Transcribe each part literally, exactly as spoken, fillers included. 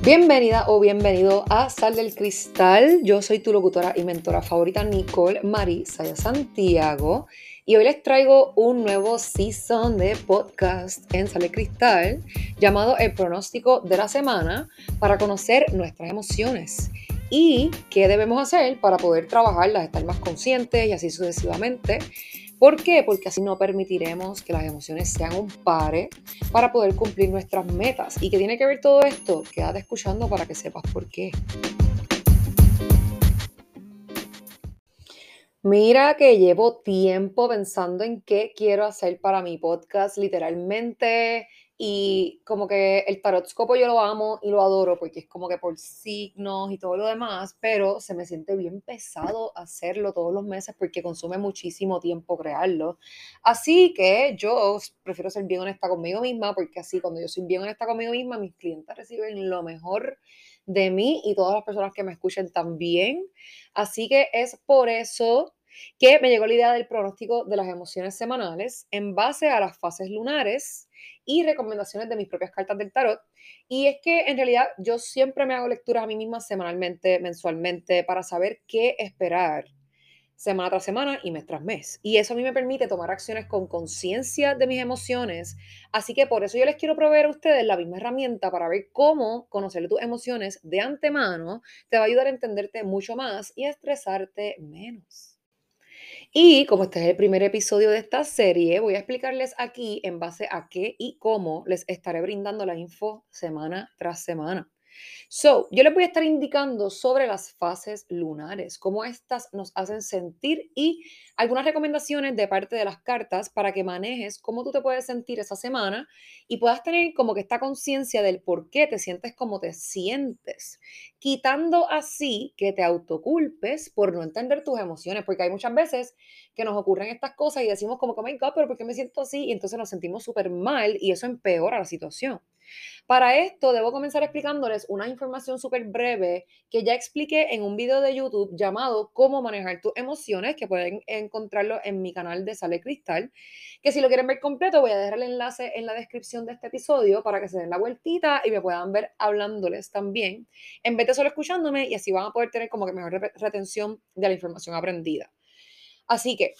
Bienvenida o bienvenido a Sal del Cristal. Yo soy tu locutora y mentora favorita, Nicole Marie Saya Santiago, y hoy les traigo un nuevo season de podcast en Sal del Cristal llamado El Pronóstico de la Semana, para conocer nuestras emociones y qué debemos hacer para poder trabajarlas, estar más conscientes y así sucesivamente. ¿Por qué? Porque así no permitiremos que las emociones sean un pare para poder cumplir nuestras metas. ¿Y qué tiene que ver todo esto? Quédate escuchando para que sepas por qué. Mira que llevo tiempo pensando en qué quiero hacer para mi podcast, literalmente, y como que el tarotscopo yo lo amo y lo adoro porque es como que por signos y todo lo demás, pero se me siente bien pesado hacerlo todos los meses porque consume muchísimo tiempo crearlo. Así que yo prefiero ser bien honesta conmigo misma, porque así cuando yo soy bien honesta conmigo misma, mis clientes reciben lo mejor de mí y todas las personas que me escuchen también. Así que es por eso que me llegó la idea del pronóstico de las emociones semanales en base a las fases lunares y recomendaciones de mis propias cartas del tarot. Y es que en realidad yo siempre me hago lecturas a mí misma semanalmente, mensualmente, para saber qué esperar semana tras semana y mes tras mes. Y eso a mí me permite tomar acciones con conciencia de mis emociones. Así que por eso yo les quiero proveer a ustedes la misma herramienta para ver cómo conocer tus emociones de antemano te va a ayudar a entenderte mucho más y a estresarte menos. Y como este es el primer episodio de esta serie, voy a explicarles aquí en base a qué y cómo les estaré brindando la info semana tras semana. So, yo les voy a estar indicando sobre las fases lunares, cómo estas nos hacen sentir y algunas recomendaciones de parte de las cartas para que manejes cómo tú te puedes sentir esa semana y puedas tener como que esta conciencia del por qué te sientes como te sientes, quitando así que te autoculpes por no entender tus emociones, porque hay muchas veces que nos ocurren estas cosas y decimos como que, oh my God, pero ¿por qué me siento así? Y entonces nos sentimos súper mal y eso empeora la situación. Para esto, debo comenzar explicándoles una información súper breve que ya expliqué en un video de YouTube llamado Cómo manejar tus emociones, que pueden encontrarlo en mi canal de Sale Cristal, que si lo quieren ver completo voy a dejar el enlace en la descripción de este episodio para que se den la vueltita y me puedan ver hablándoles también, en vez de solo escuchándome, y así van a poder tener como que mejor retención de la información aprendida. Así que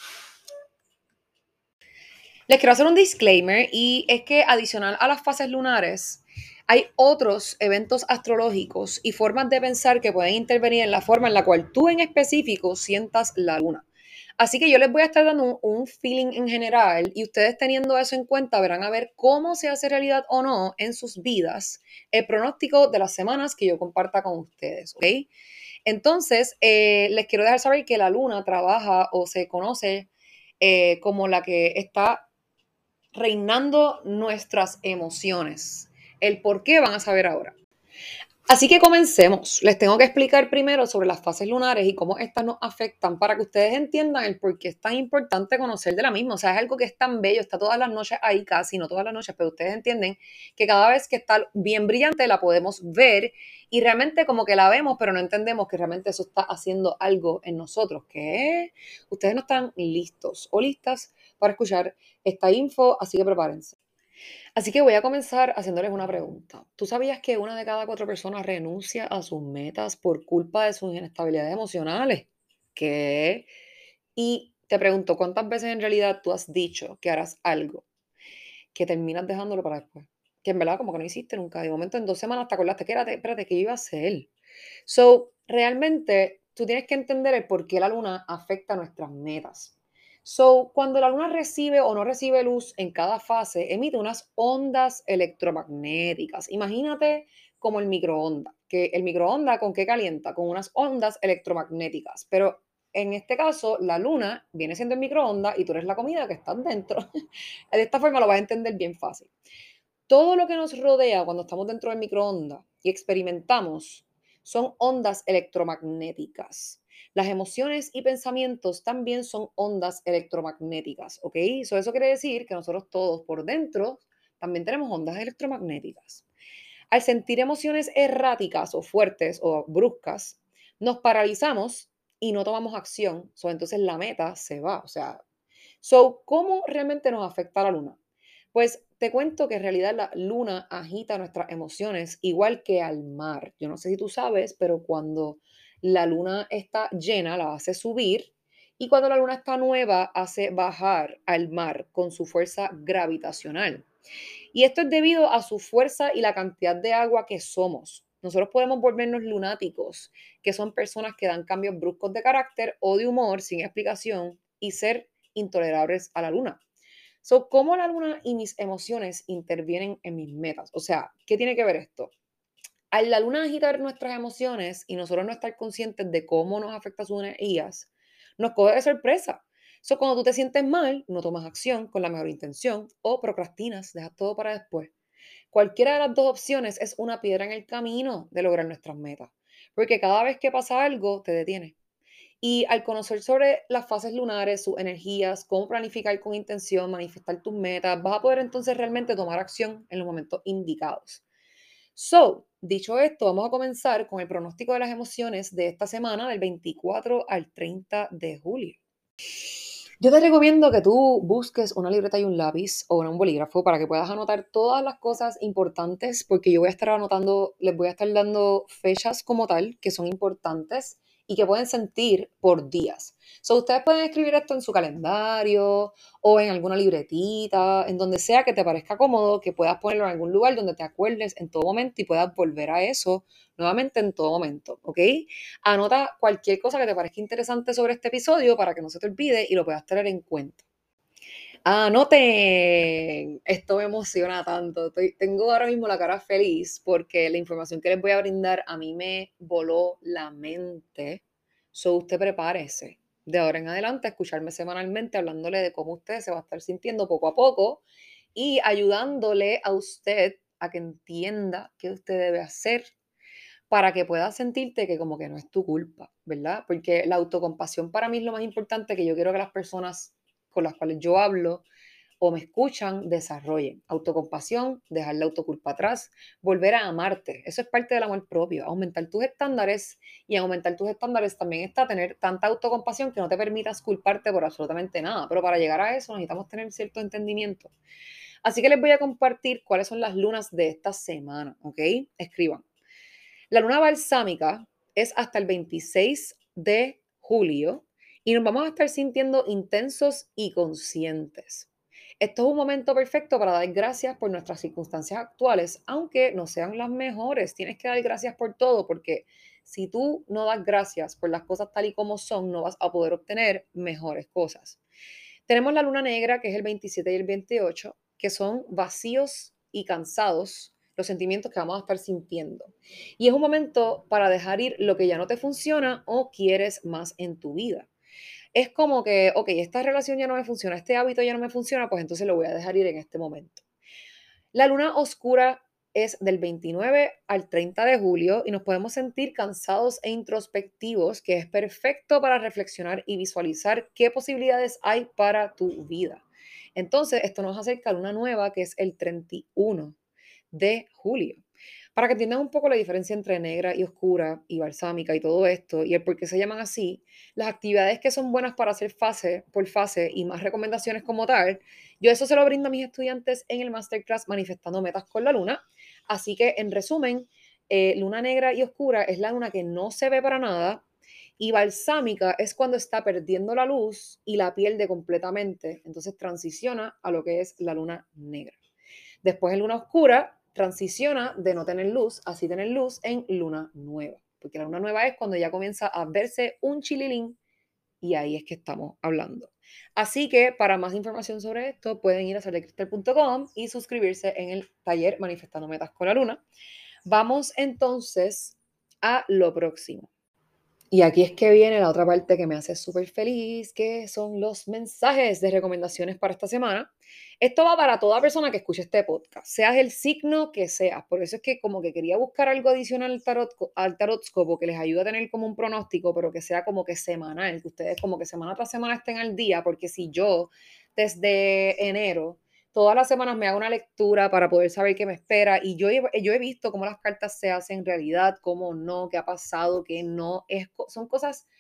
les quiero hacer un disclaimer, y es que adicional a las fases lunares, hay otros eventos astrológicos y formas de pensar que pueden intervenir en la forma en la cual tú en específico sientas la luna. Así que yo les voy a estar dando un, un feeling en general, y ustedes teniendo eso en cuenta verán a ver cómo se hace realidad o no en sus vidas el pronóstico de las semanas que yo comparta con ustedes, ¿ok? Entonces, eh, les quiero dejar saber que la luna trabaja o se conoce eh, como la que está reinando nuestras emociones. El por qué van a saber ahora. Así que comencemos. Les tengo que explicar primero sobre las fases lunares y cómo estas nos afectan para que ustedes entiendan el por qué es tan importante conocer de la misma. O sea, es algo que es tan bello, está todas las noches ahí, casi, no todas las noches, pero ustedes entienden que cada vez que está bien brillante la podemos ver y realmente como que la vemos, pero no entendemos que realmente eso está haciendo algo en nosotros, que ustedes no están listos o listas para escuchar esta info, así que prepárense. Así que voy a comenzar haciéndoles una pregunta. ¿Tú sabías que una de cada cuatro personas renuncia a sus metas por culpa de sus inestabilidades emocionales? ¿Qué? Y te pregunto, ¿cuántas veces en realidad tú has dicho que harás algo que terminas dejándolo para después? Que en verdad como que no hiciste nunca. De momento en dos semanas te acordaste que era, espérate, ¿qué iba a hacer? So, realmente tú tienes que entender el por qué la luna afecta nuestras metas. So, cuando la luna recibe o no recibe luz en cada fase, emite unas ondas electromagnéticas. Imagínate como el microondas, que el microondas ¿con qué calienta? Con unas ondas electromagnéticas. Pero en este caso, la luna viene siendo el microondas y tú eres la comida que está dentro. De esta forma lo vas a entender bien fácil. Todo lo que nos rodea cuando estamos dentro del microondas y experimentamos son ondas electromagnéticas. Las emociones y pensamientos también son ondas electromagnéticas, ¿ok? So, eso quiere decir que nosotros todos por dentro también tenemos ondas electromagnéticas. Al sentir emociones erráticas o fuertes o bruscas, nos paralizamos y no tomamos acción. So, entonces la meta se va. O sea, so, ¿cómo realmente nos afecta la luna? Pues te cuento que en realidad la luna agita nuestras emociones igual que al mar. Yo no sé si tú sabes, pero cuando la luna está llena, la hace subir y cuando la luna está nueva, hace bajar al mar con su fuerza gravitacional. Y esto es debido a su fuerza y la cantidad de agua que somos. Nosotros podemos volvernos lunáticos, que son personas que dan cambios bruscos de carácter o de humor sin explicación y ser intolerables a la luna. So, ¿cómo la luna y mis emociones intervienen en mis metas? O sea, ¿qué tiene que ver esto? Al la luna agitar nuestras emociones y nosotros no estar conscientes de cómo nos afecta sus energías, nos coge de sorpresa. So, cuando tú te sientes mal, no tomas acción con la mejor intención o procrastinas, dejas todo para después. Cualquiera de las dos opciones es una piedra en el camino de lograr nuestras metas, porque cada vez que pasa algo, te detiene. Y al conocer sobre las fases lunares, sus energías, cómo planificar con intención, manifestar tus metas, vas a poder entonces realmente tomar acción en los momentos indicados. So, dicho esto, vamos a comenzar con el pronóstico de las emociones de esta semana, del veinticuatro al treinta de julio. Yo te recomiendo que tú busques una libreta y un lápiz o un bolígrafo para que puedas anotar todas las cosas importantes, porque yo voy a estar anotando, les voy a estar dando fechas como tal que son importantes y que pueden sentir por días. So, ustedes pueden escribir esto en su calendario o en alguna libretita, en donde sea que te parezca cómodo, que puedas ponerlo en algún lugar donde te acuerdes en todo momento y puedas volver a eso nuevamente en todo momento, ¿ok? Anota cualquier cosa que te parezca interesante sobre este episodio para que no se te olvide y lo puedas tener en cuenta. Anoten, esto me emociona tanto. Estoy- tengo ahora mismo la cara feliz porque la información que les voy a brindar a mí me voló la mente. So, usted prepárese de ahora en adelante a escucharme semanalmente hablándole de cómo usted se va a estar sintiendo poco a poco y ayudándole a usted a que entienda qué usted debe hacer para que puedas sentirte que como que no es tu culpa, ¿verdad? Porque la autocompasión para mí es lo más importante que yo quiero que las personas con las cuales yo hablo o me escuchan desarrollen. Autocompasión, dejar la autoculpa atrás, volver a amarte. Eso es parte del amor propio, aumentar tus estándares y en aumentar tus estándares también está tener tanta autocompasión que no te permitas culparte por absolutamente nada. Pero para llegar a eso necesitamos tener cierto entendimiento. Así que les voy a compartir cuáles son las lunas de esta semana, ¿ok? Escriban. La luna balsámica es hasta el veintiséis de julio y nos vamos a estar sintiendo intensos y conscientes. Esto es un momento perfecto para dar gracias por nuestras circunstancias actuales, aunque no sean las mejores. Tienes que dar gracias por todo porque si tú no das gracias por las cosas tal y como son, no vas a poder obtener mejores cosas. Tenemos la luna negra, que es el veintisiete y el veintiocho, que son vacíos y cansados, los sentimientos que vamos a estar sintiendo. Y es un momento para dejar ir lo que ya no te funciona o quieres más en tu vida. Es como que, ok, esta relación ya no me funciona, este hábito ya no me funciona, pues entonces lo voy a dejar ir en este momento. La luna oscura es del veintinueve al treinta de julio y nos podemos sentir cansados e introspectivos, que es perfecto para reflexionar y visualizar qué posibilidades hay para tu vida. Entonces, esto nos acerca a luna nueva, que es el treinta y uno de julio. Para que entiendan un poco la diferencia entre negra y oscura y balsámica y todo esto, y el por qué se llaman así, las actividades que son buenas para hacer fase por fase y más recomendaciones como tal, yo eso se lo brindo a mis estudiantes en el Masterclass Manifestando Metas con la Luna. Así que, en resumen, eh, luna negra y oscura es la luna que no se ve para nada y balsámica es cuando está perdiendo la luz y la pierde completamente. Entonces transiciona a lo que es la luna negra. Después en luna oscura transiciona de no tener luz a sí tener luz en luna nueva. Porque la luna nueva es cuando ya comienza a verse un chililín y ahí es que estamos hablando. Así que para más información sobre esto pueden ir a celecristal punto com y suscribirse en el taller Manifestando Metas con la Luna. Vamos entonces a lo próximo. Y aquí es que viene la otra parte que me hace súper feliz, que son los mensajes de recomendaciones para esta semana. Esto va para toda persona que escuche este podcast, seas el signo que seas. Por eso es que como que quería buscar algo adicional al tarot, al tarotscopo que les ayude a tener como un pronóstico, pero que sea como que semanal, que ustedes como que semana tras semana estén al día, porque si yo desde enero todas las semanas me hago una lectura para poder saber qué me espera y yo he, yo he visto cómo las cartas se hacen realidad, cómo no, qué ha pasado, qué no. Es, son cosas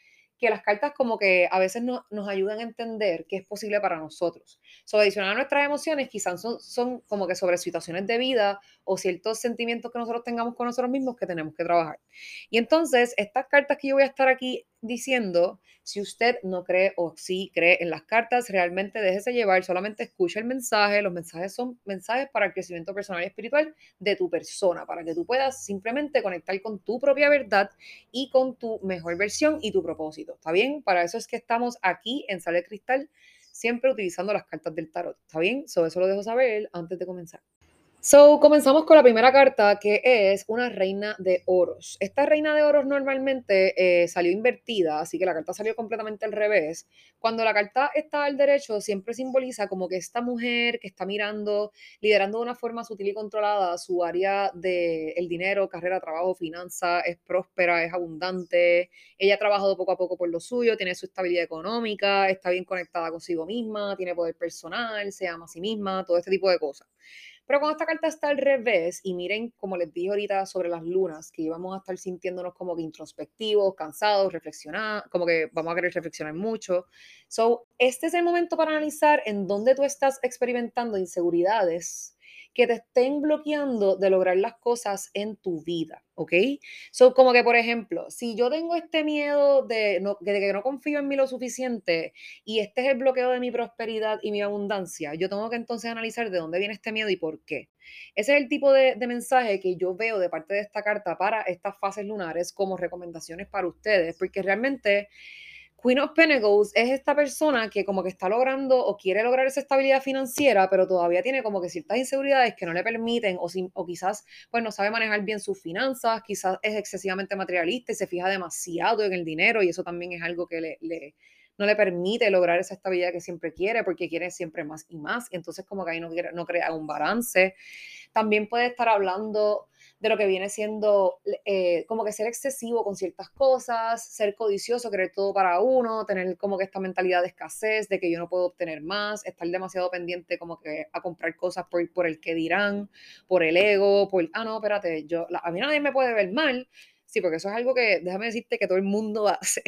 que las cartas como que a veces no- nos ayudan a entender qué es posible para nosotros. Sobre adicional a nuestras emociones, quizás son, son como que sobre situaciones de vida o ciertos sentimientos que nosotros tengamos con nosotros mismos que tenemos que trabajar. Y entonces, estas cartas que yo voy a estar aquí diciendo, si usted no cree o sí cree en las cartas, realmente déjese llevar, solamente escucha el mensaje. Los mensajes son mensajes para el crecimiento personal y espiritual de tu persona, para que tú puedas simplemente conectar con tu propia verdad y con tu mejor versión y tu propósito. ¿Está bien? Para eso es que estamos aquí en Sala de Cristal, siempre utilizando las cartas del tarot. ¿Está bien? Sobre eso lo dejo saber antes de comenzar. So, comenzamos con la primera carta, que es una reina de oros. Esta reina de oros normalmente eh, salió invertida, así que la carta salió completamente al revés. Cuando la carta está al derecho, siempre simboliza como que esta mujer que está mirando, liderando de una forma sutil y controlada su área de el dinero, carrera, trabajo, finanza, es próspera, es abundante. Ella ha trabajado poco a poco por lo suyo, tiene su estabilidad económica, está bien conectada consigo misma, tiene poder personal, se ama a sí misma, todo este tipo de cosas. Pero cuando esta carta está al revés, y miren, como les dije ahorita sobre las lunas, que íbamos a estar sintiéndonos como que introspectivos, cansados, reflexionar, como que vamos a querer reflexionar mucho. So, este es el momento para analizar en dónde tú estás experimentando inseguridades que te estén bloqueando de lograr las cosas en tu vida, ¿ok? So, como que, por ejemplo, si yo tengo este miedo de, no, de que no confío en mí lo suficiente, y este es el bloqueo de mi prosperidad y mi abundancia, yo tengo que entonces analizar de dónde viene este miedo y por qué. Ese es el tipo de, de mensaje que yo veo de parte de esta carta para estas fases lunares como recomendaciones para ustedes, porque realmente Queen of Pentacles es esta persona que como que está logrando o quiere lograr esa estabilidad financiera, pero todavía tiene como que ciertas inseguridades que no le permiten o, sin- o quizás pues no sabe manejar bien sus finanzas, quizás es excesivamente materialista y se fija demasiado en el dinero y eso también es algo que le, le- no le permite lograr esa estabilidad que siempre quiere porque quiere siempre más y más y entonces como que ahí no, quiere- no crea un balance. También puede estar hablando de lo que viene siendo eh, como que ser excesivo con ciertas cosas, ser codicioso, querer todo para uno, tener como que esta mentalidad de escasez, de que yo no puedo obtener más, estar demasiado pendiente como que a comprar cosas por, por el que dirán, por el ego, por, ah, no, espérate, yo, la, a mí nadie me puede ver mal. Sí, porque eso es algo que, déjame decirte, que todo el mundo hace.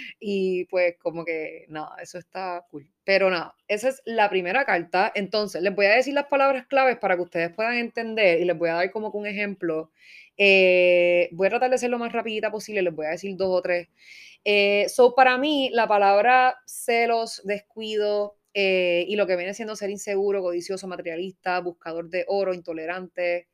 Y pues como que nada, eso está cool. Pero nada, esa es la primera carta. Entonces, les voy a decir las palabras claves para que ustedes puedan entender y les voy a dar como que un ejemplo. Eh, voy a tratar de ser lo más rapidita posible, les voy a decir dos o tres. Eh, so, para mí, la palabra celos, descuido eh, y lo que viene siendo ser inseguro, codicioso, materialista, buscador de oro, intolerante,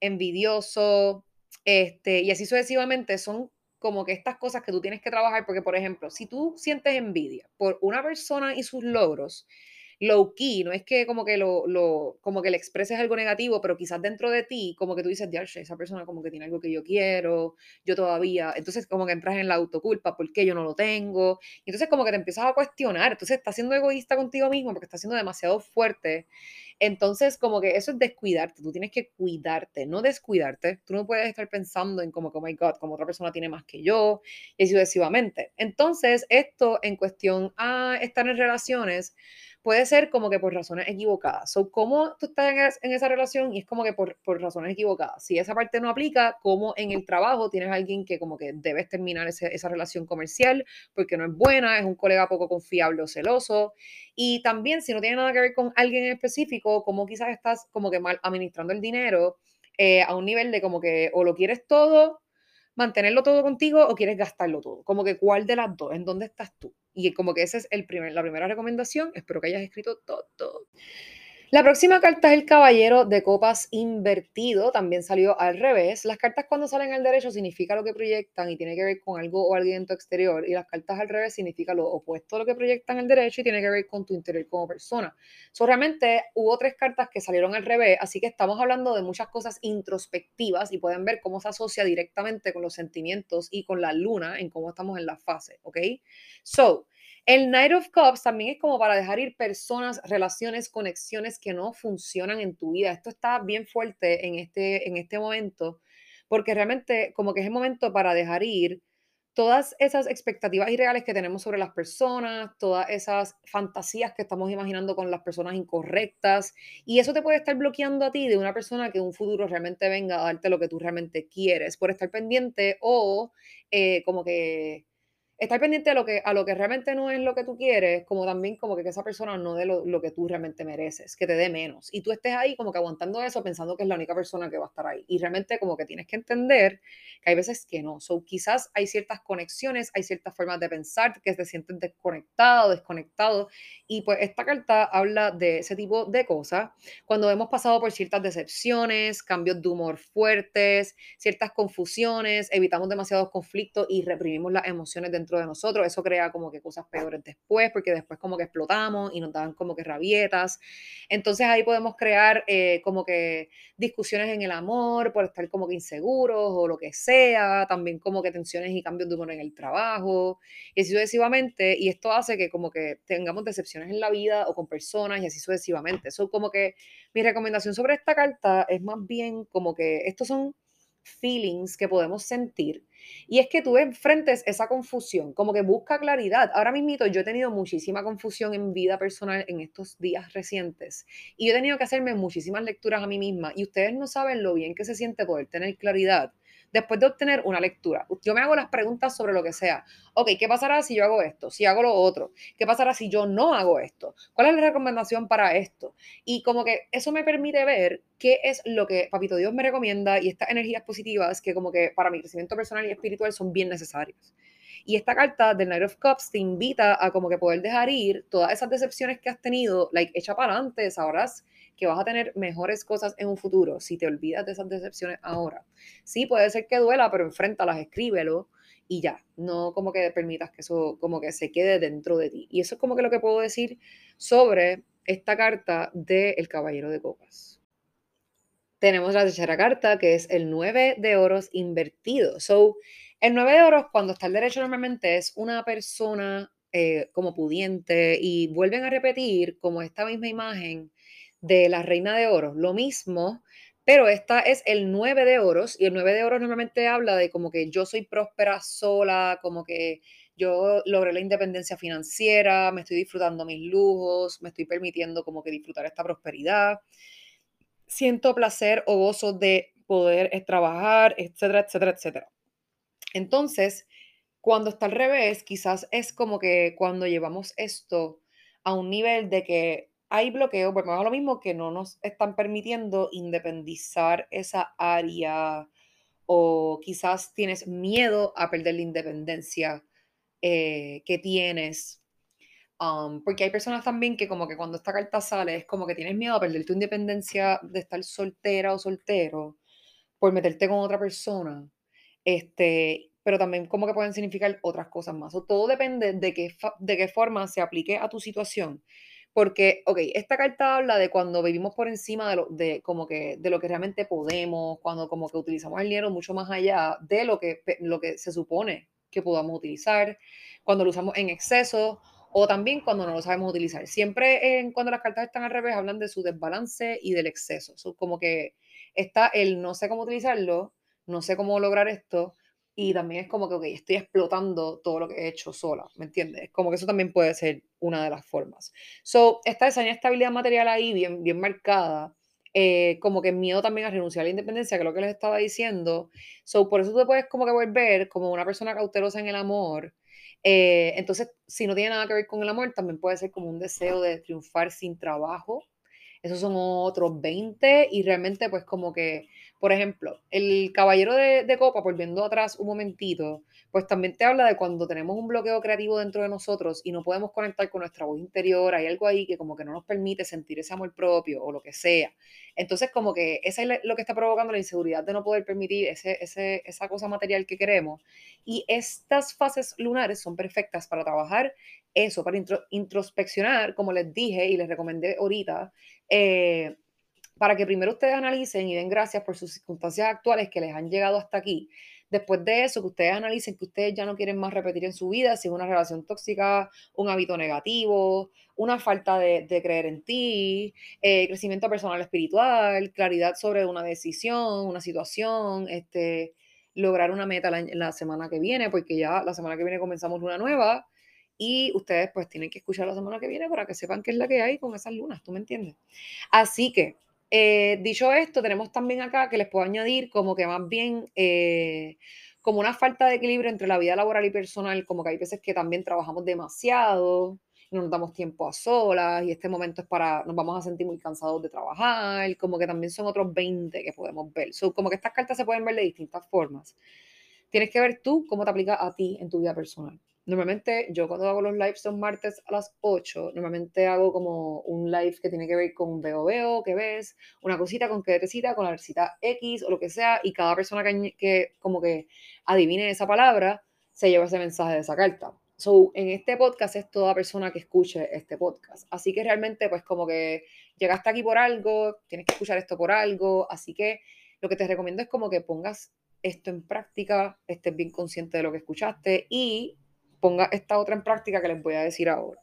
envidioso, este, y así sucesivamente, son como que estas cosas que tú tienes que trabajar, porque por ejemplo, si tú sientes envidia por una persona y sus logros, low key, no es que como que lo, lo como que le expreses algo negativo, pero quizás dentro de ti, como que tú dices, "Diache, esa persona como que tiene algo que yo quiero, yo todavía", entonces como que entras en la autoculpa, ¿por qué yo no lo tengo? Y entonces como que te empiezas a cuestionar, entonces estás siendo egoísta contigo mismo porque estás siendo demasiado fuerte, entonces como que eso es descuidarte, tú tienes que cuidarte, no descuidarte, tú no puedes estar pensando en como que, oh my God, como otra persona tiene más que yo, y así sucesivamente. Entonces esto en cuestión a estar en relaciones, puede ser como que por razones equivocadas. So, ¿cómo tú estás en, es- en esa relación? Y es como que por, por razones equivocadas. Si esa parte no aplica, como en el trabajo tienes a alguien que como que debes terminar ese- esa relación comercial porque no es buena, es un colega poco confiable o celoso. Y también si no tiene nada que ver con alguien en específico, como quizás estás como que mal administrando el dinero eh, a un nivel de como que o lo quieres todo, mantenerlo todo contigo o quieres gastarlo todo. Como que cuál de las dos, en dónde estás tú. Y como que esa es el primer, la primera recomendación. Espero que hayas escrito todo. La próxima carta es el caballero de copas invertido, también salió al revés. Las cartas cuando salen al derecho significa lo que proyectan y tiene que ver con algo o alguien en tu exterior, y las cartas al revés significa lo opuesto a lo que proyectan al derecho y tiene que ver con tu interior como persona. So, realmente hubo tres cartas que salieron al revés, así que estamos hablando de muchas cosas introspectivas y pueden ver cómo se asocia directamente con los sentimientos y con la luna en cómo estamos en la fase, ¿ok? So, el Knight of Cups también es como para dejar ir personas, relaciones, conexiones que no funcionan en tu vida. Esto está bien fuerte en este, en este momento, porque realmente como que es el momento para dejar ir todas esas expectativas irreales que tenemos sobre las personas, todas esas fantasías que estamos imaginando con las personas incorrectas, y eso te puede estar bloqueando a ti de una persona que en un futuro realmente venga a darte lo que tú realmente quieres, por estar pendiente o eh, como que estar pendiente a lo que, a lo que realmente no es lo que tú quieres, como también como que, que esa persona no dé lo, lo que tú realmente mereces, que te dé menos. Y tú estés ahí como que aguantando eso pensando que es la única persona que va a estar ahí. Y realmente como que tienes que entender que hay veces que no. So, quizás hay ciertas conexiones, hay ciertas formas de pensar que te sientes desconectado, desconectado. Y pues esta carta habla de ese tipo de cosas. Cuando hemos pasado por ciertas decepciones, cambios de humor fuertes, ciertas confusiones, evitamos demasiados conflictos y reprimimos las emociones dentro de nosotros. Eso crea como que cosas peores después, porque después como que explotamos y nos dan como que rabietas. Entonces ahí podemos crear eh, como que discusiones en el amor por estar como que inseguros o lo que sea, también como que tensiones y cambios de humor en el trabajo y así sucesivamente. Y esto hace que como que tengamos decepciones en la vida o con personas y así sucesivamente. Eso como que mi recomendación sobre esta carta es más bien como que estos son feelings que podemos sentir y es que tú enfrentes esa confusión, como que busca claridad. Ahora mismo yo he tenido muchísima confusión en vida personal en estos días recientes y yo he tenido que hacerme muchísimas lecturas a mí misma y ustedes no saben lo bien que se siente poder tener claridad después de obtener una lectura. Yo me hago las preguntas sobre lo que sea. Ok, ¿qué pasará si yo hago esto? Si hago lo otro. ¿Qué pasará si yo no hago esto? ¿Cuál es la recomendación para esto? Y como que eso me permite ver qué es lo que Papito Dios me recomienda y estas energías positivas que como que para mi crecimiento personal y espiritual son bien necesarias. Y esta carta del Knight of Cups te invita a como que poder dejar ir todas esas decepciones que has tenido, like, echa para adelante, sabrás que vas a tener mejores cosas en un futuro si te olvidas de esas decepciones ahora. Sí, puede ser que duela, pero enfréntalas, escríbelo y ya, no como que permitas que eso como que se quede dentro de ti. Y eso es como que lo que puedo decir sobre esta carta del Caballero de Copas. Tenemos la tercera carta, que es el nueve de oros invertido. So, el nueve de oros, cuando está al derecho, normalmente es una persona eh, como pudiente y vuelven a repetir como esta misma imagen de la reina de oros. Lo mismo, pero esta es el nueve de oros y el nueve de oros normalmente habla de como que yo soy próspera sola, como que yo logré la independencia financiera, me estoy disfrutando mis lujos, me estoy permitiendo como que disfrutar esta prosperidad, siento placer o gozo de poder eh, trabajar, etcétera, etcétera, etcétera. Entonces, cuando está al revés, quizás es como que cuando llevamos esto a un nivel de que hay bloqueo, pues más lo mismo que no nos están permitiendo independizar esa área o quizás tienes miedo a perder la independencia eh, que tienes. Um, porque hay personas también que como que cuando esta carta sale es como que tienes miedo a perder tu independencia de estar soltera o soltero por meterte con otra persona. Este, pero también como que pueden significar otras cosas más. O todo depende de qué, fa- de qué forma se aplique a tu situación. Porque, ok, esta carta habla de cuando vivimos por encima de lo, de, como que, de lo que realmente podemos, cuando como que utilizamos el dinero mucho más allá de lo que, pe- lo que se supone que podamos utilizar, cuando lo usamos en exceso o también cuando no lo sabemos utilizar. Siempre en, cuando las cartas están al revés hablan de su desbalance y del exceso. So, como que está el no sé cómo utilizarlo, no sé cómo lograr esto, y también es como que, ok, estoy explotando todo lo que he hecho sola, ¿me entiendes? Como que eso también puede ser una de las formas. So, está esa inestabilidad material ahí bien, bien marcada, eh, como que miedo también a renunciar a la independencia, que es lo que les estaba diciendo. So, por eso tú te puedes como que volver como una persona cautelosa en el amor. Eh, entonces, si no tiene nada que ver con el amor, también puede ser como un deseo de triunfar sin trabajo. Esos son otros veinte y realmente pues como que, por ejemplo, el caballero de, de copa, volviendo atrás un momentito, pues también te habla de cuando tenemos un bloqueo creativo dentro de nosotros y no podemos conectar con nuestra voz interior, hay algo ahí que como que no nos permite sentir ese amor propio o lo que sea. Entonces como que eso es lo que está provocando la inseguridad de no poder permitir ese, ese, esa cosa material que queremos. Y estas fases lunares son perfectas para trabajar eso, para intro, introspeccionar, como les dije y les recomendé ahorita, eh, para que primero ustedes analicen y den gracias por sus circunstancias actuales que les han llegado hasta aquí. Después de eso, que ustedes analicen que ustedes ya no quieren más repetir en su vida, si es una relación tóxica, un hábito negativo, una falta de, de creer en ti, eh, crecimiento personal espiritual, claridad sobre una decisión, una situación, este, lograr una meta la, la semana que viene, porque ya la semana que viene comenzamos luna nueva y ustedes pues tienen que escuchar la semana que viene para que sepan qué es la que hay con esas lunas, ¿tú me entiendes? Así que, eh, dicho esto, tenemos también acá que les puedo añadir como que más bien, eh, como una falta de equilibrio entre la vida laboral y personal, como que hay veces que también trabajamos demasiado, no nos damos tiempo a solas y este momento es para, nos vamos a sentir muy cansados de trabajar, como que también son otros veinte que podemos ver. So, como que estas cartas se pueden ver de distintas formas. Tienes que ver tú cómo te aplica a ti en tu vida personal. Normalmente yo cuando hago los lives los martes a las ocho, normalmente hago como un live que tiene que ver con veo veo, que ves, una cosita con que te cita, con la versita X o lo que sea, y cada persona que, que como que adivine esa palabra se lleva ese mensaje de esa carta. So, en este podcast es toda persona que escuche este podcast. Así que realmente pues como que llegaste aquí por algo, tienes que escuchar esto por algo, así que lo que te recomiendo es como que pongas esto en práctica, estés bien consciente de lo que escuchaste y ponga esta otra en práctica que les voy a decir ahora.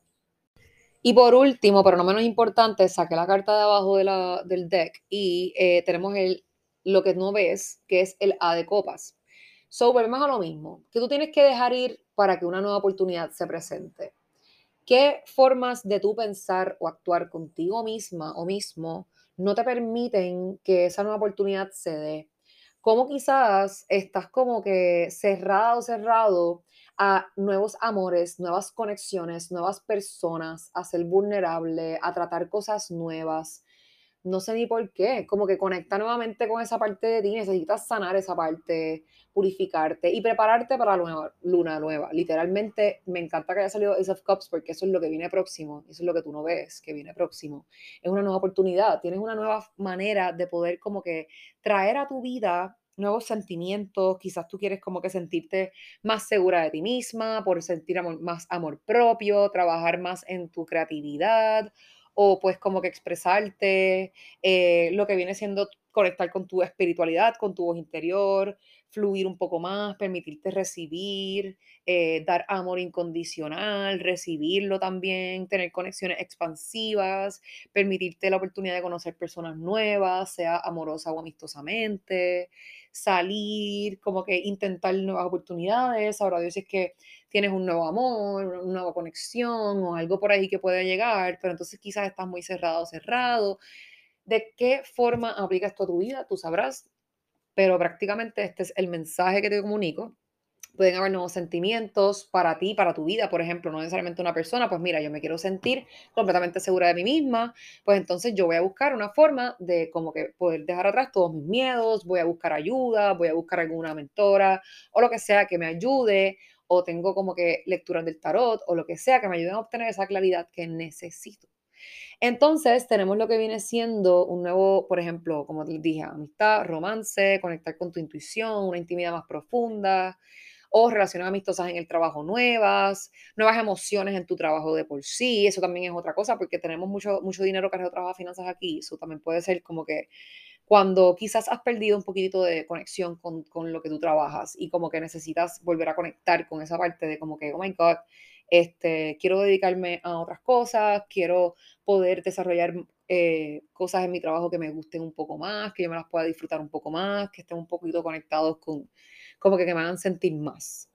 Y por último, pero no menos importante, saqué la carta de abajo de la, del deck y eh, tenemos el, lo que no ves, que es el A de copas. So, volvemos a lo mismo, que tú tienes que dejar ir para que una nueva oportunidad se presente. ¿Qué formas de tú pensar o actuar contigo misma o mismo no te permiten que esa nueva oportunidad se dé? ¿Cómo quizás estás como que cerrado, cerrado a nuevos amores, nuevas conexiones, nuevas personas, a ser vulnerable, a tratar cosas nuevas? No sé ni por qué, como que conecta nuevamente con esa parte de ti, necesitas sanar esa parte, purificarte y prepararte para la nueva, luna nueva. Literalmente me encanta que haya salido Ace of Cups porque eso es lo que viene próximo, eso es lo que tú no ves, que viene próximo. Es una nueva oportunidad, tienes una nueva manera de poder como que traer a tu vida nuevos sentimientos, quizás tú quieres como que sentirte más segura de ti misma, por sentir amor, más amor propio, trabajar más en tu creatividad o pues como que expresarte, eh, lo que viene siendo conectar con tu espiritualidad, con tu voz interior, fluir un poco más, permitirte recibir, eh, dar amor incondicional, recibirlo también, tener conexiones expansivas, permitirte la oportunidad de conocer personas nuevas, sea amorosa o amistosamente, salir, como que intentar nuevas oportunidades. Ahora Dios, si es que tienes un nuevo amor, una nueva conexión o algo por ahí que puede llegar, pero entonces quizás estás muy cerrado o cerrado. ¿De qué forma aplicas esto a tu vida? Tú sabrás, pero prácticamente este es el mensaje que te comunico. Pueden haber nuevos sentimientos para ti, para tu vida, por ejemplo, no necesariamente una persona, pues mira, yo me quiero sentir completamente segura de mí misma, pues entonces yo voy a buscar una forma de como que poder dejar atrás todos mis miedos, voy a buscar ayuda, voy a buscar alguna mentora o lo que sea que me ayude, o tengo como que lecturas del tarot o lo que sea que me ayuden a obtener esa claridad que necesito. Entonces, tenemos lo que viene siendo un nuevo, por ejemplo, como te dije, amistad, romance, conectar con tu intuición, una intimidad más profunda, o relaciones amistosas en el trabajo nuevas, nuevas emociones en tu trabajo de por sí, eso también es otra cosa, porque tenemos mucho, mucho dinero que trabaja finanzas aquí, eso también puede ser como que cuando quizás has perdido un poquitito de conexión con, con lo que tú trabajas y como que necesitas volver a conectar con esa parte de como que, oh my God, este, quiero dedicarme a otras cosas, quiero poder desarrollar eh, cosas en mi trabajo que me gusten un poco más, que yo me las pueda disfrutar un poco más, que estén un poquito conectados con, como que, que me hagan sentir más.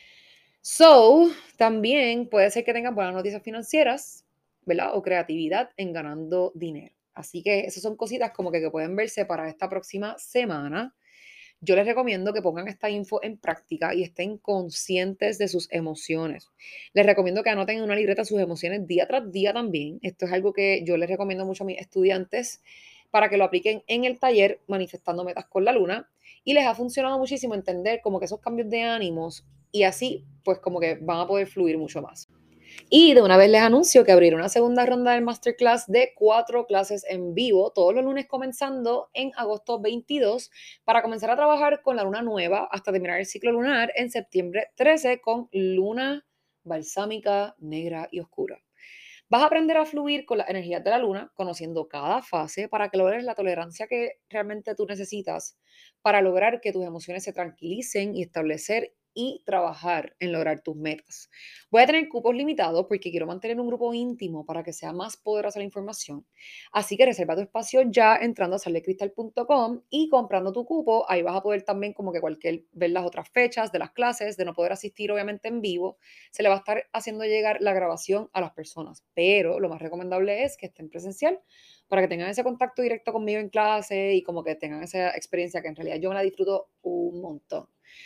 So, también puede ser que tengan buenas noticias financieras, ¿verdad? O creatividad en ganando dinero. Así que esas son cositas como que, que pueden verse para esta próxima semana. Yo les recomiendo que pongan esta info en práctica y estén conscientes de sus emociones. Les recomiendo que anoten en una libreta sus emociones día tras día también. Esto es algo que yo les recomiendo mucho a mis estudiantes para que lo apliquen en el taller manifestando metas con la luna. Y les ha funcionado muchísimo entender como que esos cambios de ánimos y así pues como que van a poder fluir mucho más. Y de una vez les anuncio que abriré una segunda ronda del masterclass de cuatro clases en vivo, todos los lunes comenzando en agosto veintidós, para comenzar a trabajar con la luna nueva hasta terminar el ciclo lunar en septiembre trece con luna balsámica, negra y oscura. Vas a aprender a fluir con las energías de la luna, conociendo cada fase para que logres la tolerancia que realmente tú necesitas para lograr que tus emociones se tranquilicen y establecer y trabajar en lograr tus metas. Voy a tener cupos limitados porque quiero mantener un grupo íntimo para que sea más poderosa la información. Así que reserva tu espacio ya entrando a salecristal punto com y comprando tu cupo. Ahí vas a poder también como que cualquier ver las otras fechas de las clases, de no poder asistir obviamente en vivo, se le va a estar haciendo llegar la grabación a las personas, pero lo más recomendable es que estén presencial para que tengan ese contacto directo conmigo en clase y como que tengan esa experiencia que en realidad yo me la disfruto un montón.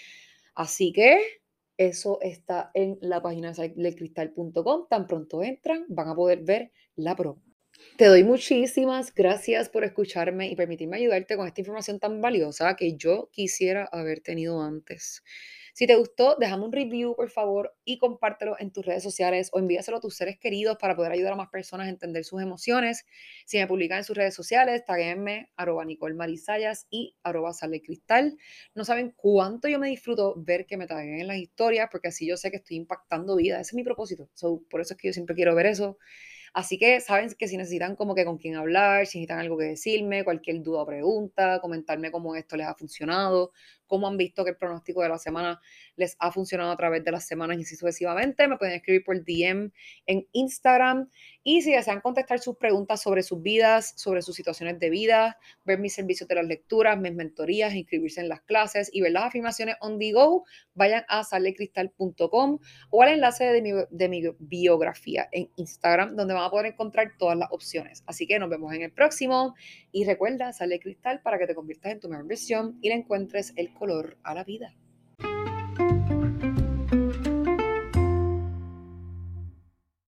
Así que eso está en la página de sal del cristal punto com. Tan pronto entran, van a poder ver la promo. Te doy muchísimas gracias por escucharme y permitirme ayudarte con esta información tan valiosa que yo quisiera haber tenido antes. Si te gustó, déjame un review, por favor, y compártelo en tus redes sociales o envíaselo a tus seres queridos para poder ayudar a más personas a entender sus emociones. Si me publican en sus redes sociales, taguenme, arroba Nicole Marisayas y arroba Sal de Cristal. No saben cuánto yo me disfruto ver que me taguen en las historias, porque así yo sé que estoy impactando vidas. Ese es mi propósito. So, por eso es que yo siempre quiero ver eso. Así que saben que si necesitan como que con quién hablar, si necesitan algo que decirme, cualquier duda o pregunta, comentarme cómo esto les ha funcionado, cómo han visto que el pronóstico de la semana les ha funcionado a través de las semanas y así sucesivamente, me pueden escribir por D M en Instagram. Y si desean contestar sus preguntas sobre sus vidas, sobre sus situaciones de vida, ver mis servicios de las lecturas, mis mentorías, inscribirse en las clases y ver las afirmaciones on the go, vayan a sal de cristal punto com o al enlace de mi, de mi biografía en Instagram, donde van a poder encontrar todas las opciones. Así que nos vemos en el próximo y recuerda, sal de cristal para que te conviertas en tu mejor versión y le encuentres el color a la vida.